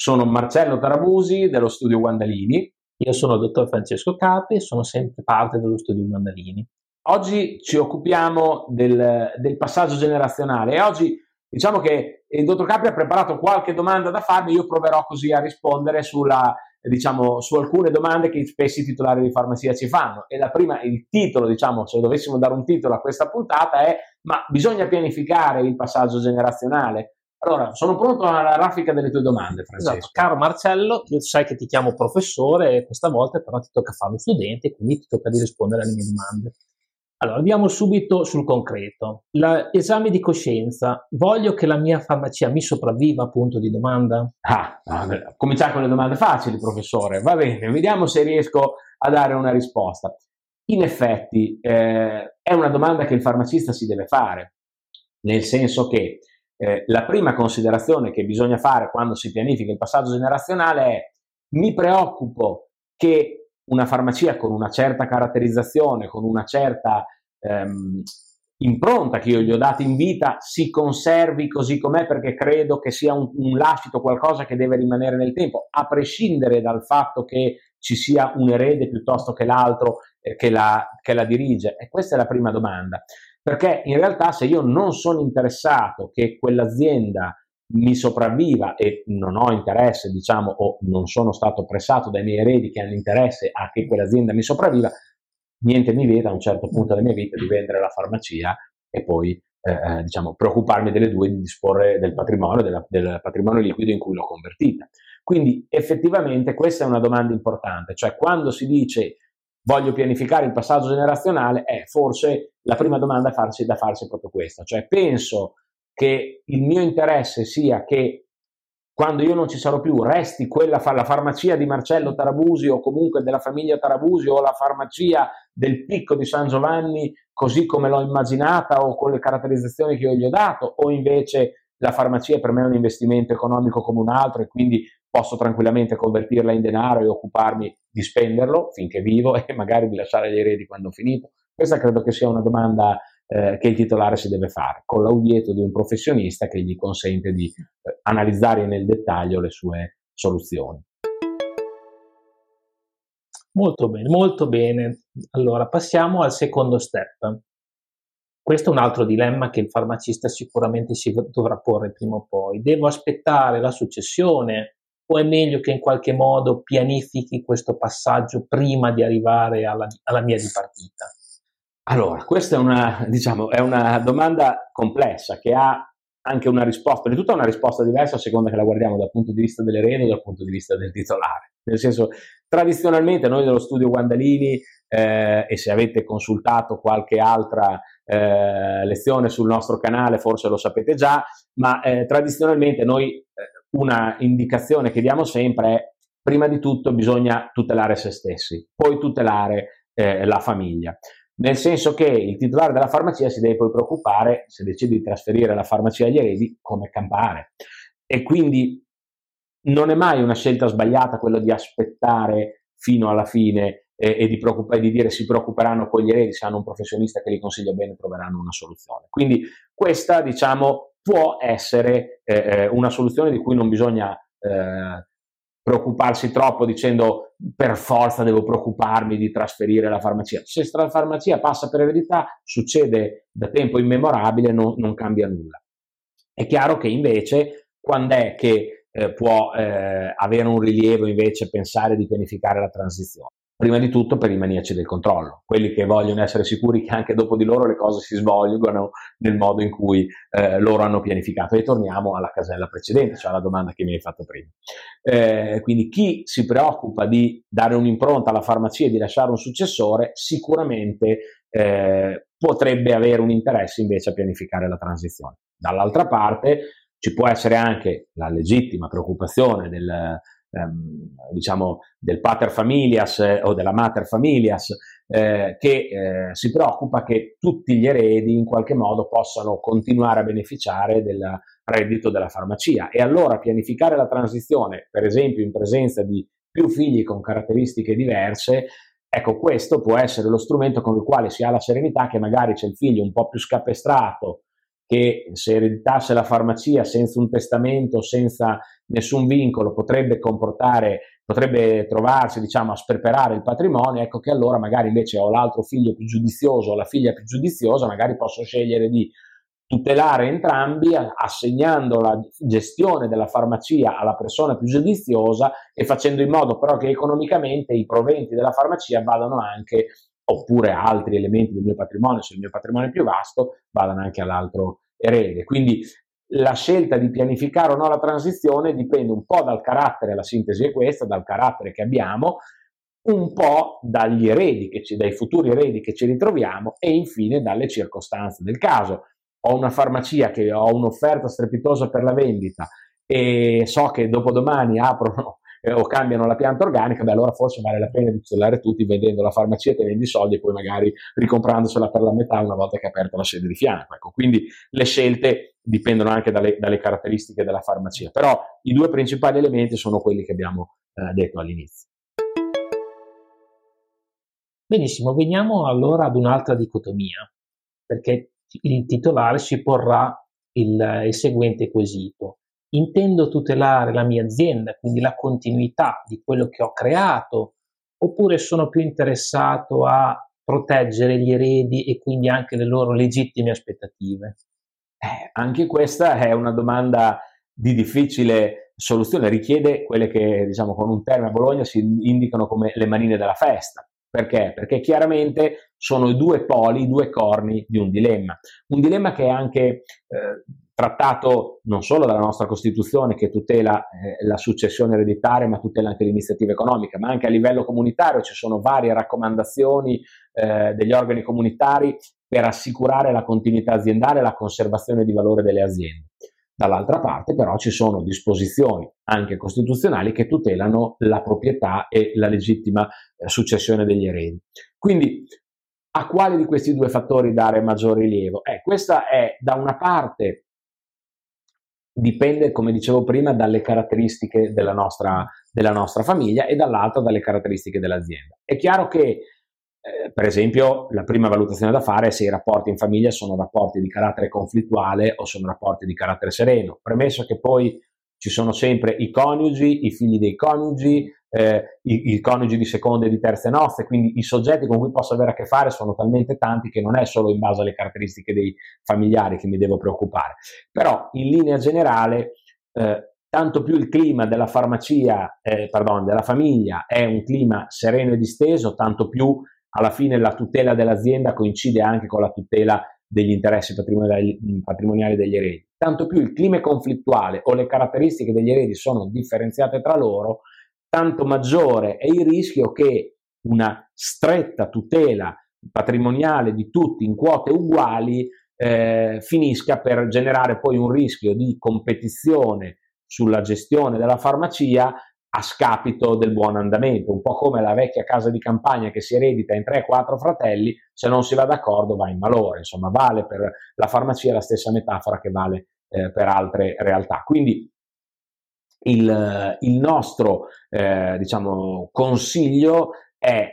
Sono Marcello Tarabusi dello studio Guandalini. Io sono il dottor Francesco Capi e sono sempre parte dello studio Guandalini. Oggi ci occupiamo del passaggio generazionale e oggi diciamo che il dottor Capi ha preparato qualche domanda da farmi. Io proverò così a rispondere su alcune domande che spesso i titolari di farmacia ci fanno. E il titolo, se dovessimo dare un titolo a questa puntata è: ma bisogna pianificare il passaggio generazionale? Allora, sono pronto alla raffica delle tue domande, Francesco. Esatto, caro Marcello, io sai che ti chiamo professore e questa volta però ti tocca fare lo studente, quindi ti tocca di rispondere alle mie domande. Allora, andiamo subito sul concreto. Esame di coscienza. Voglio che la mia farmacia mi sopravviva, punto di domanda? Cominciamo con le domande facili, professore. Va bene, vediamo se riesco a dare una risposta. In effetti, è una domanda che il farmacista si deve fare, nel senso che la prima considerazione che bisogna fare quando si pianifica il passaggio generazionale è: mi preoccupo che una farmacia con una certa caratterizzazione, con una certa impronta che io gli ho dato in vita, si conservi così com'è, perché credo che sia un lascito, qualcosa che deve rimanere nel tempo, a prescindere dal fatto che ci sia un erede piuttosto che l'altro che la dirige. E questa è la prima domanda. Perché in realtà, se io non sono interessato che quell'azienda mi sopravviva e non ho interesse, o non sono stato pressato dai miei eredi che hanno interesse a che quell'azienda mi sopravviva, niente mi vieta a un certo punto della mia vita di vendere la farmacia e poi preoccuparmi delle due, di disporre del patrimonio, del patrimonio liquido in cui l'ho convertita. Quindi effettivamente questa è una domanda importante, cioè quando si dice voglio pianificare il passaggio generazionale, forse la prima domanda da farsi è proprio questa, cioè penso che il mio interesse sia che quando io non ci sarò più resti la farmacia di Marcello Tarabusi o comunque della famiglia Tarabusi, o la farmacia del Picco di San Giovanni così come l'ho immaginata o con le caratterizzazioni che io gli ho dato, o invece la farmacia per me è un investimento economico come un altro e quindi posso tranquillamente convertirla in denaro e occuparmi di spenderlo finché vivo e magari di lasciare gli eredi quando ho finito. Questa credo che sia una domanda che il titolare si deve fare, con l'audietto di un professionista che gli consente di analizzare nel dettaglio le sue soluzioni. Molto bene, molto bene. Allora, passiamo al secondo step. Questo è un altro dilemma che il farmacista sicuramente si dovrà porre prima o poi. Devo aspettare la successione o è meglio che in qualche modo pianifichi questo passaggio prima di arrivare alla mia dipartita? Allora, questa è una domanda complessa che ha anche una risposta, prima di tutto una risposta diversa a seconda che la guardiamo dal punto di vista dell'erede o dal punto di vista del titolare. Nel senso, tradizionalmente noi dello studio Guandalini, e se avete consultato qualche altra lezione sul nostro canale forse lo sapete già, ma tradizionalmente noi una indicazione che diamo sempre è: prima di tutto bisogna tutelare se stessi, poi tutelare la famiglia. Nel senso che il titolare della farmacia si deve poi preoccupare, se decide di trasferire la farmacia agli eredi, come campare. E quindi non è mai una scelta sbagliata quello di aspettare fino alla fine e di dire si preoccuperanno poi gli eredi, se hanno un professionista che li consiglia bene troveranno una soluzione. Quindi questa può essere una soluzione di cui non bisogna preoccuparsi troppo dicendo per forza devo preoccuparmi di trasferire la farmacia. Se la farmacia passa per eredità, succede da tempo immemorabile, non cambia nulla. È chiaro che invece quando è che può avere un rilievo invece pensare di pianificare la transizione? Prima di tutto per i maniaci del controllo, quelli che vogliono essere sicuri che anche dopo di loro le cose si svolgano nel modo in cui loro hanno pianificato. E torniamo alla casella precedente, cioè alla domanda che mi hai fatto prima. Quindi chi si preoccupa di dare un'impronta alla farmacia e di lasciare un successore sicuramente potrebbe avere un interesse invece a pianificare la transizione. Dall'altra parte ci può essere anche la legittima preoccupazione del pater familias o della mater familias che si preoccupa che tutti gli eredi in qualche modo possano continuare a beneficiare del reddito della farmacia, e allora pianificare la transizione, per esempio in presenza di più figli con caratteristiche diverse, ecco, questo può essere lo strumento con il quale si ha la serenità che magari c'è il figlio un po' più scapestrato che se ereditasse la farmacia senza un testamento, senza nessun vincolo, potrebbe trovarsi, diciamo, a sperperare il patrimonio, ecco che allora magari invece ho l'altro figlio più giudizioso o la figlia più giudiziosa, magari posso scegliere di tutelare entrambi assegnando la gestione della farmacia alla persona più giudiziosa e facendo in modo però che economicamente i proventi della farmacia vadano anche, oppure altri elementi del mio patrimonio, se il mio patrimonio è più vasto, vadano anche all'altro erede. Quindi la scelta di pianificare o no la transizione dipende un po' dal carattere, la sintesi è questa, dal carattere che abbiamo, un po' dagli eredi, dai futuri eredi che ci ritroviamo e infine dalle circostanze del caso. Ho una farmacia che ho un'offerta strepitosa per la vendita e so che dopodomani aprono o cambiano la pianta organica, allora forse vale la pena di tutelare tutti vendendo la farmacia, te vendi i soldi e poi magari ricomprandosela per la metà una volta che è aperta la sede di fianco. Ecco, quindi le scelte dipendono anche dalle caratteristiche della farmacia, però i due principali elementi sono quelli che abbiamo detto all'inizio. Benissimo, veniamo allora ad un'altra dicotomia, perché il titolare si porrà il seguente quesito: intendo tutelare la mia azienda, quindi la continuità di quello che ho creato, oppure sono più interessato a proteggere gli eredi e quindi anche le loro legittime aspettative? Anche questa è una domanda di difficile soluzione, richiede quelle che, diciamo, con un termine a Bologna si indicano come le manine della festa. Perché? Perché chiaramente sono i due poli, i due corni di un dilemma che è anche trattato non solo dalla nostra Costituzione che tutela la successione ereditaria, ma tutela anche l'iniziativa economica, ma anche a livello comunitario ci sono varie raccomandazioni degli organi comunitari per assicurare la continuità aziendale e la conservazione di valore delle aziende. Dall'altra parte però ci sono disposizioni anche costituzionali che tutelano la proprietà e la legittima successione degli eredi. Quindi a quale di questi due fattori dare maggior rilievo? Questa è, da una parte dipende, come dicevo prima, dalle caratteristiche della nostra famiglia e dall'altra dalle caratteristiche dell'azienda. È chiaro che per esempio, la prima valutazione da fare è se i rapporti in famiglia sono rapporti di carattere conflittuale o sono rapporti di carattere sereno, premesso che poi ci sono sempre i coniugi, i figli dei coniugi, i coniugi di seconde e di terze nozze, quindi i soggetti con cui posso avere a che fare sono talmente tanti che non è solo in base alle caratteristiche dei familiari che mi devo preoccupare. Però in linea generale tanto più il clima della della famiglia è un clima sereno e disteso, tanto più alla fine la tutela dell'azienda coincide anche con la tutela degli interessi patrimoniali degli eredi. Tanto più il clima è conflittuale o le caratteristiche degli eredi sono differenziate tra loro, tanto maggiore è il rischio che una stretta tutela patrimoniale di tutti in quote uguali finisca per generare poi un rischio di competizione sulla gestione della farmacia a scapito del buon andamento, un po' come la vecchia casa di campagna che si eredita in 3-4 fratelli, se non si va d'accordo va in malore, insomma vale per la farmacia la stessa metafora che vale per altre realtà. Quindi il nostro diciamo, consiglio è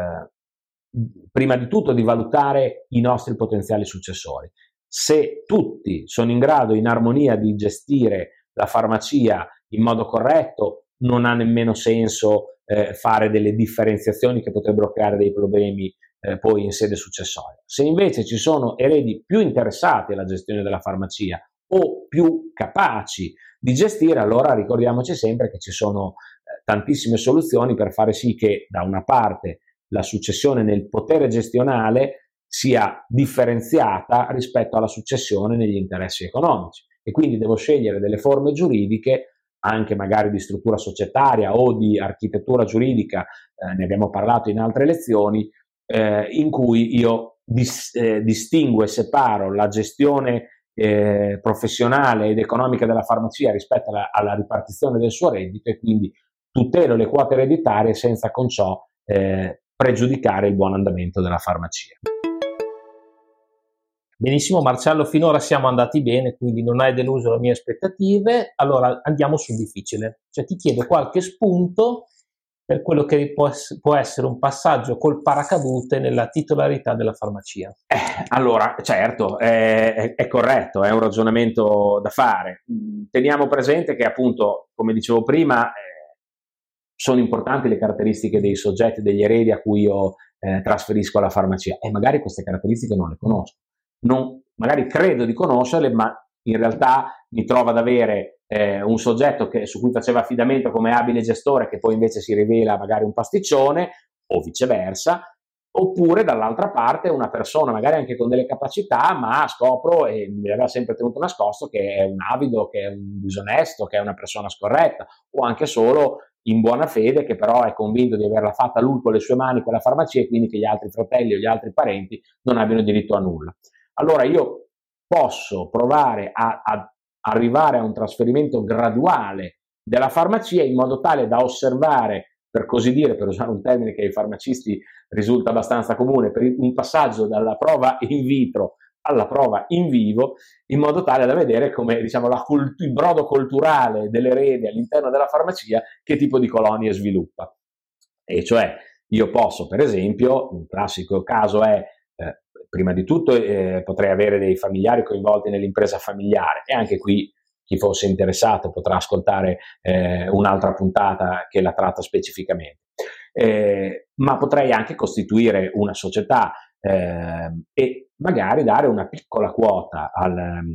prima di tutto di valutare i nostri potenziali successori. Se tutti sono in grado, in armonia, di gestire la farmacia in modo corretto, non ha nemmeno senso fare delle differenziazioni che potrebbero creare dei problemi poi in sede successoria. Se invece ci sono eredi più interessati alla gestione della farmacia o più capaci di gestire, allora ricordiamoci sempre che ci sono tantissime soluzioni per fare sì che da una parte la successione nel potere gestionale sia differenziata rispetto alla successione negli interessi economici e quindi devo scegliere delle forme giuridiche anche magari di struttura societaria o di architettura giuridica, ne abbiamo parlato in altre lezioni, in cui io distingo e separo la gestione professionale ed economica della farmacia rispetto alla ripartizione del suo reddito e quindi tutelo le quote ereditarie senza con ciò pregiudicare il buon andamento della farmacia. Benissimo Marcello, finora siamo andati bene, quindi non hai deluso le mie aspettative. Allora andiamo sul difficile, cioè ti chiedo qualche spunto per quello che può essere un passaggio col paracadute nella titolarità della farmacia. Allora, certo, è corretto, è un ragionamento da fare. Teniamo presente che appunto, come dicevo prima, sono importanti le caratteristiche dei soggetti, degli eredi a cui io trasferisco la farmacia, e magari queste caratteristiche non le conosco. Magari credo di conoscerle, ma in realtà mi trovo ad avere un soggetto su cui faceva affidamento come abile gestore, che poi invece si rivela magari un pasticcione, o viceversa, oppure dall'altra parte una persona magari anche con delle capacità, ma scopro, e mi aveva sempre tenuto nascosto, che è un avido, che è un disonesto, che è una persona scorretta, o anche solo in buona fede, che però è convinto di averla fatta lui con le sue mani quella farmacia, e quindi che gli altri fratelli o gli altri parenti non abbiano diritto a nulla. Allora io posso provare a arrivare a un trasferimento graduale della farmacia, in modo tale da osservare, per così dire, per usare un termine che ai farmacisti risulta abbastanza comune, per un passaggio dalla prova in vitro alla prova in vivo, in modo tale da vedere come, diciamo, il brodo culturale dell'erede all'interno della farmacia che tipo di colonie sviluppa. E cioè io posso, per esempio, un classico caso è, prima di tutto potrei avere dei familiari coinvolti nell'impresa familiare, e anche qui chi fosse interessato potrà ascoltare un'altra puntata che la tratta specificamente. Ma potrei anche costituire una società e magari dare una piccola quota a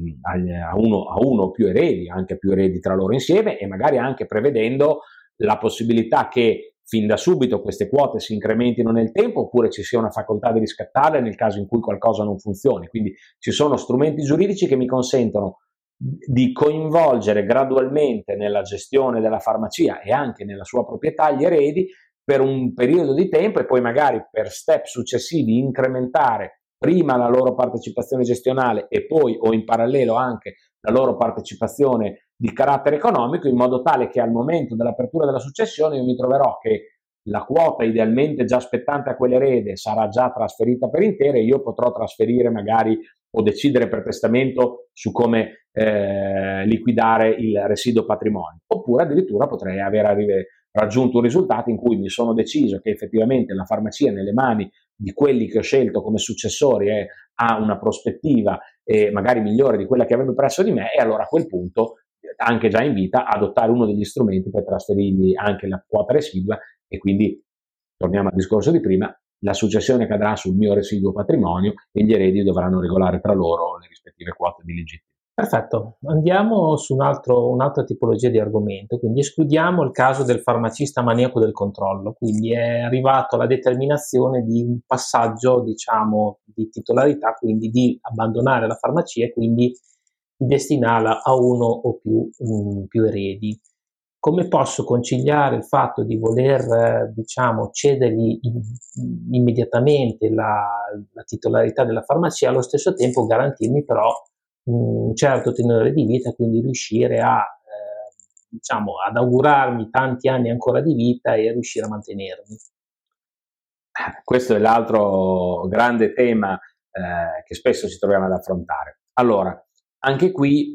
uno o più eredi, anche più eredi tra loro insieme, e magari anche prevedendo la possibilità che fin da subito queste quote si incrementino nel tempo, oppure ci sia una facoltà di riscattarle nel caso in cui qualcosa non funzioni. Quindi ci sono strumenti giuridici che mi consentono di coinvolgere gradualmente nella gestione della farmacia e anche nella sua proprietà gli eredi per un periodo di tempo, e poi magari per step successivi incrementare prima la loro partecipazione gestionale e poi, o in parallelo, anche la loro partecipazione di carattere economico, in modo tale che al momento dell'apertura della successione io mi troverò che la quota idealmente già spettante a quell'erede sarà già trasferita per intero, e io potrò trasferire magari o decidere per testamento su come liquidare il residuo patrimonio, oppure addirittura potrei aver raggiunto un risultato in cui mi sono deciso che effettivamente la farmacia nelle mani di quelli che ho scelto come successori ha una prospettiva magari migliore di quella che avrebbe presso di me, e allora a quel punto, anche già in vita, adottare uno degli strumenti per trasferirgli anche la quota residua, e quindi, torniamo al discorso di prima, la successione cadrà sul mio residuo patrimonio e gli eredi dovranno regolare tra loro le rispettive quote di legittimità. Perfetto, andiamo su un'altra tipologia di argomento, quindi escludiamo il caso del farmacista maniaco del controllo, quindi è arrivato alla determinazione di un passaggio, diciamo, di titolarità, quindi di abbandonare la farmacia e quindi di destinarla a uno o più eredi. Come posso conciliare il fatto di voler, diciamo, cedergli immediatamente la titolarità della farmacia, allo stesso tempo garantirmi però un certo tenore di vita, quindi riuscire diciamo, ad augurarmi tanti anni ancora di vita e riuscire a mantenermi? Questo è l'altro grande tema che spesso ci troviamo ad affrontare. Allora, anche qui,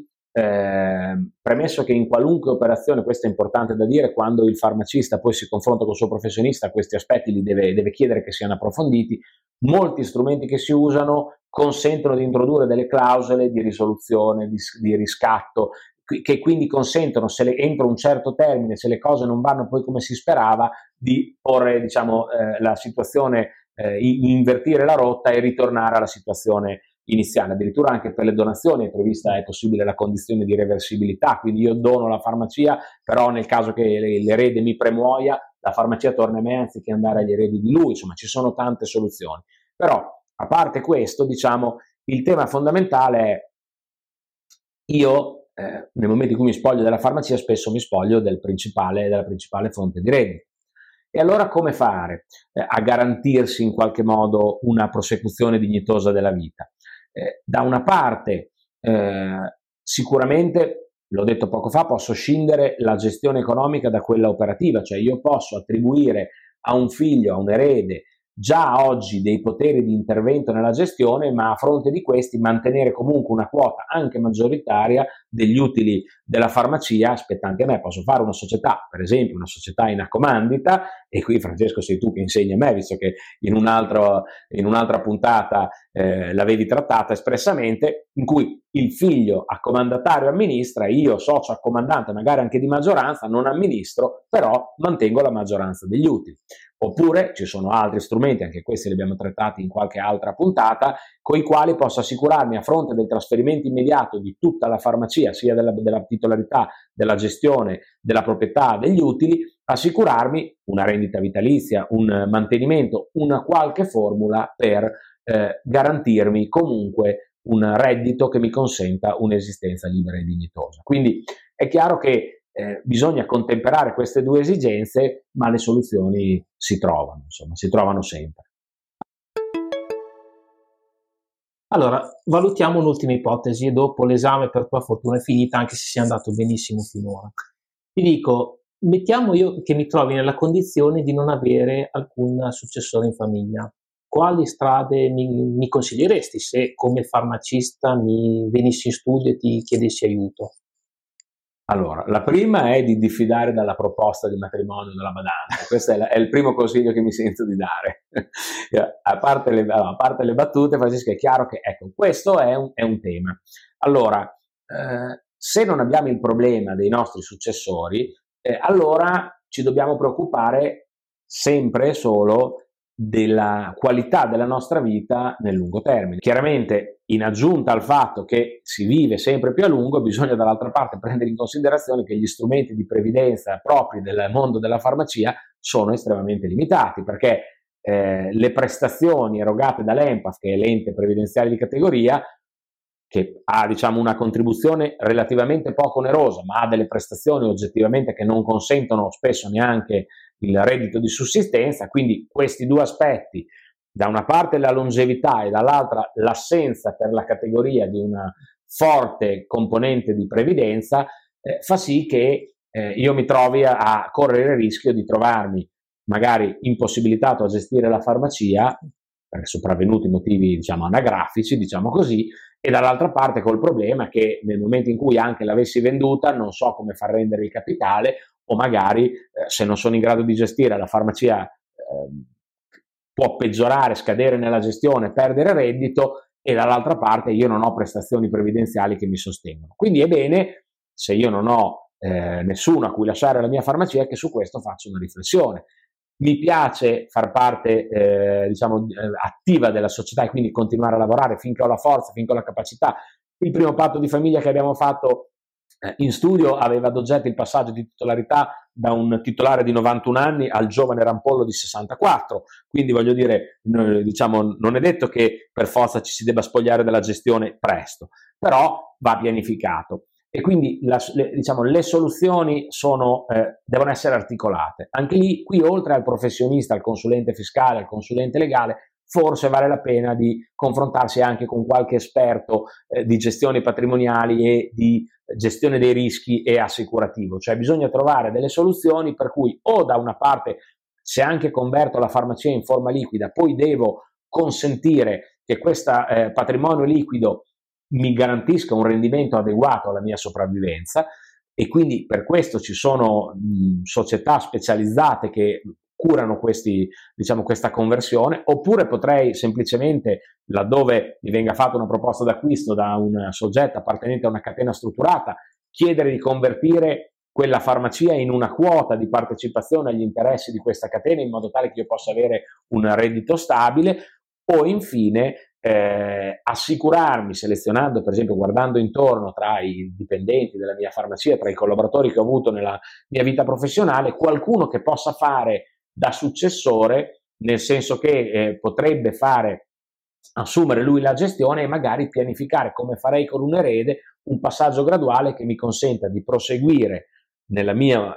premesso che in qualunque operazione, questo è importante da dire, quando il farmacista poi si confronta con il suo professionista, questi aspetti li deve chiedere che siano approfonditi. Molti strumenti che si usano consentono di introdurre delle clausole di risoluzione, di riscatto, che quindi consentono, entro un certo termine, se le cose non vanno poi come si sperava, di porre, diciamo, la situazione, invertire la rotta e ritornare alla situazione iniziale. Addirittura anche per le donazioni è possibile la condizione di reversibilità, quindi io dono la farmacia, però nel caso che l'erede mi premuoia, la farmacia torna a me anziché andare agli eredi di lui. Insomma, ci sono tante soluzioni. Però, a parte questo, diciamo, il tema fondamentale è: io nel momento in cui mi spoglio della farmacia, spesso mi spoglio della principale fonte di reddito. E allora come fare a garantirsi in qualche modo una prosecuzione dignitosa della vita? Da una parte, sicuramente, l'ho detto poco fa, posso scindere la gestione economica da quella operativa, cioè io posso attribuire a un figlio, a un erede, già oggi dei poteri di intervento nella gestione, ma a fronte di questi mantenere comunque una quota anche maggioritaria degli utili della farmacia spettanti a me. Posso fare una società, per esempio una società in accomandita, e qui Francesco sei tu che insegni a me, visto che in un'altra puntata l'avevi trattata espressamente, in cui il figlio accomandatario amministra, io socio accomandante, magari anche di maggioranza, non amministro, però mantengo la maggioranza degli utili. Oppure ci sono altri strumenti, anche questi li abbiamo trattati in qualche altra puntata, con i quali posso assicurarmi a fronte del trasferimento immediato di tutta la farmacia, sia della titolarità, della gestione, della proprietà degli utili, assicurarmi una rendita vitalizia, un mantenimento, una qualche formula per garantirmi comunque un reddito che mi consenta un'esistenza libera e dignitosa. Quindi è chiaro che bisogna contemperare queste due esigenze, ma le soluzioni si trovano, insomma, si trovano sempre. Allora, valutiamo un'ultima ipotesi e dopo l'esame per tua fortuna è finita, anche se sia andato benissimo finora. Ti dico, mettiamo io che mi trovi nella condizione di non avere alcun successore in famiglia. Quali strade mi consiglieresti se come farmacista mi venissi in studio e ti chiedessi aiuto? Allora, la prima è di diffidare dalla proposta di matrimonio della badante. Questo è il primo consiglio che mi sento di dare. A parte le battute, Francesca, è chiaro che ecco, questo è un tema. Allora, se non abbiamo il problema dei nostri successori, allora ci dobbiamo preoccupare sempre solo della qualità della nostra vita nel lungo termine. Chiaramente, in aggiunta al fatto che si vive sempre più a lungo, bisogna dall'altra parte prendere in considerazione che gli strumenti di previdenza propri del mondo della farmacia sono estremamente limitati, perché le prestazioni erogate dall'ENPAF, che è l'ente previdenziale di categoria, che ha diciamo una contribuzione relativamente poco onerosa, ma ha delle prestazioni oggettivamente che non consentono spesso neanche il reddito di sussistenza, quindi questi due aspetti, da una parte la longevità e dall'altra l'assenza per la categoria di una forte componente di previdenza, fa sì che io mi trovi a correre il rischio di trovarmi magari impossibilitato a gestire la farmacia per sopravvenuti motivi diciamo anagrafici, diciamo così, e dall'altra parte col problema che nel momento in cui anche l'avessi venduta non so come far rendere il capitale, o magari se non sono in grado di gestire la farmacia può peggiorare, scadere nella gestione, perdere reddito, e dall'altra parte io non ho prestazioni previdenziali che mi sostengono. Quindi è bene, se io non ho nessuno a cui lasciare la mia farmacia, che su questo faccio una riflessione. Mi piace far parte attiva della società e quindi continuare a lavorare finché ho la forza, finché ho la capacità. Il primo patto di famiglia che abbiamo fatto in studio aveva ad oggetto il passaggio di titolarità da un titolare di 91 anni al giovane rampollo di 64, quindi voglio dire, non è detto che per forza ci si debba spogliare della gestione presto, però va pianificato. E quindi le soluzioni devono essere articolate. Anche qui, oltre al professionista, al consulente fiscale, al consulente legale, forse vale la pena di confrontarsi anche con qualche esperto di gestioni patrimoniali e di gestione dei rischi e assicurativo. Cioè bisogna trovare delle soluzioni per cui o da una parte, se anche converto la farmacia in forma liquida, poi devo consentire che questo patrimonio liquido mi garantisca un rendimento adeguato alla mia sopravvivenza, e quindi per questo ci sono società specializzate che curano questa conversione, oppure potrei semplicemente, laddove mi venga fatta una proposta d'acquisto da un soggetto appartenente a una catena strutturata, chiedere di convertire quella farmacia in una quota di partecipazione agli interessi di questa catena, in modo tale che io possa avere un reddito stabile, o infine assicurarmi, selezionando, per esempio guardando intorno tra i dipendenti della mia farmacia, tra i collaboratori che ho avuto nella mia vita professionale, qualcuno che possa fare da successore, nel senso che potrebbe assumere lui la gestione e magari pianificare, come farei con un erede, un passaggio graduale che mi consenta di proseguire nella mia,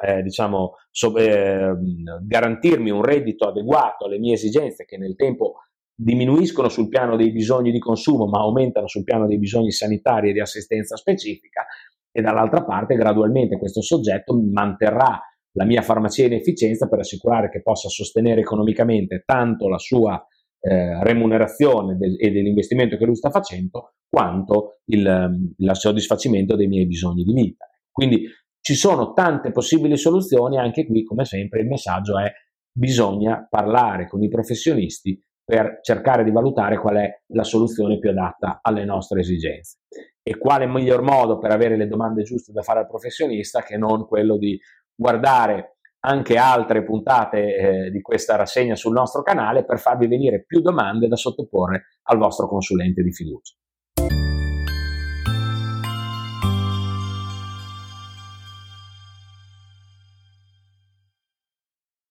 garantirmi un reddito adeguato alle mie esigenze, che nel tempo diminuiscono sul piano dei bisogni di consumo ma aumentano sul piano dei bisogni sanitari e di assistenza specifica, e dall'altra parte gradualmente questo soggetto manterrà la mia farmacia in efficienza per assicurare che possa sostenere economicamente tanto la sua remunerazione e dell'investimento che lui sta facendo, quanto il soddisfacimento dei miei bisogni di vita. Quindi ci sono tante possibili soluzioni. Anche qui, come sempre, il messaggio è: bisogna parlare con i professionisti per cercare di valutare qual è la soluzione più adatta alle nostre esigenze. E quale miglior modo per avere le domande giuste da fare al professionista che non quello di guardare anche altre puntate di questa rassegna sul nostro canale per farvi venire più domande da sottoporre al vostro consulente di fiducia.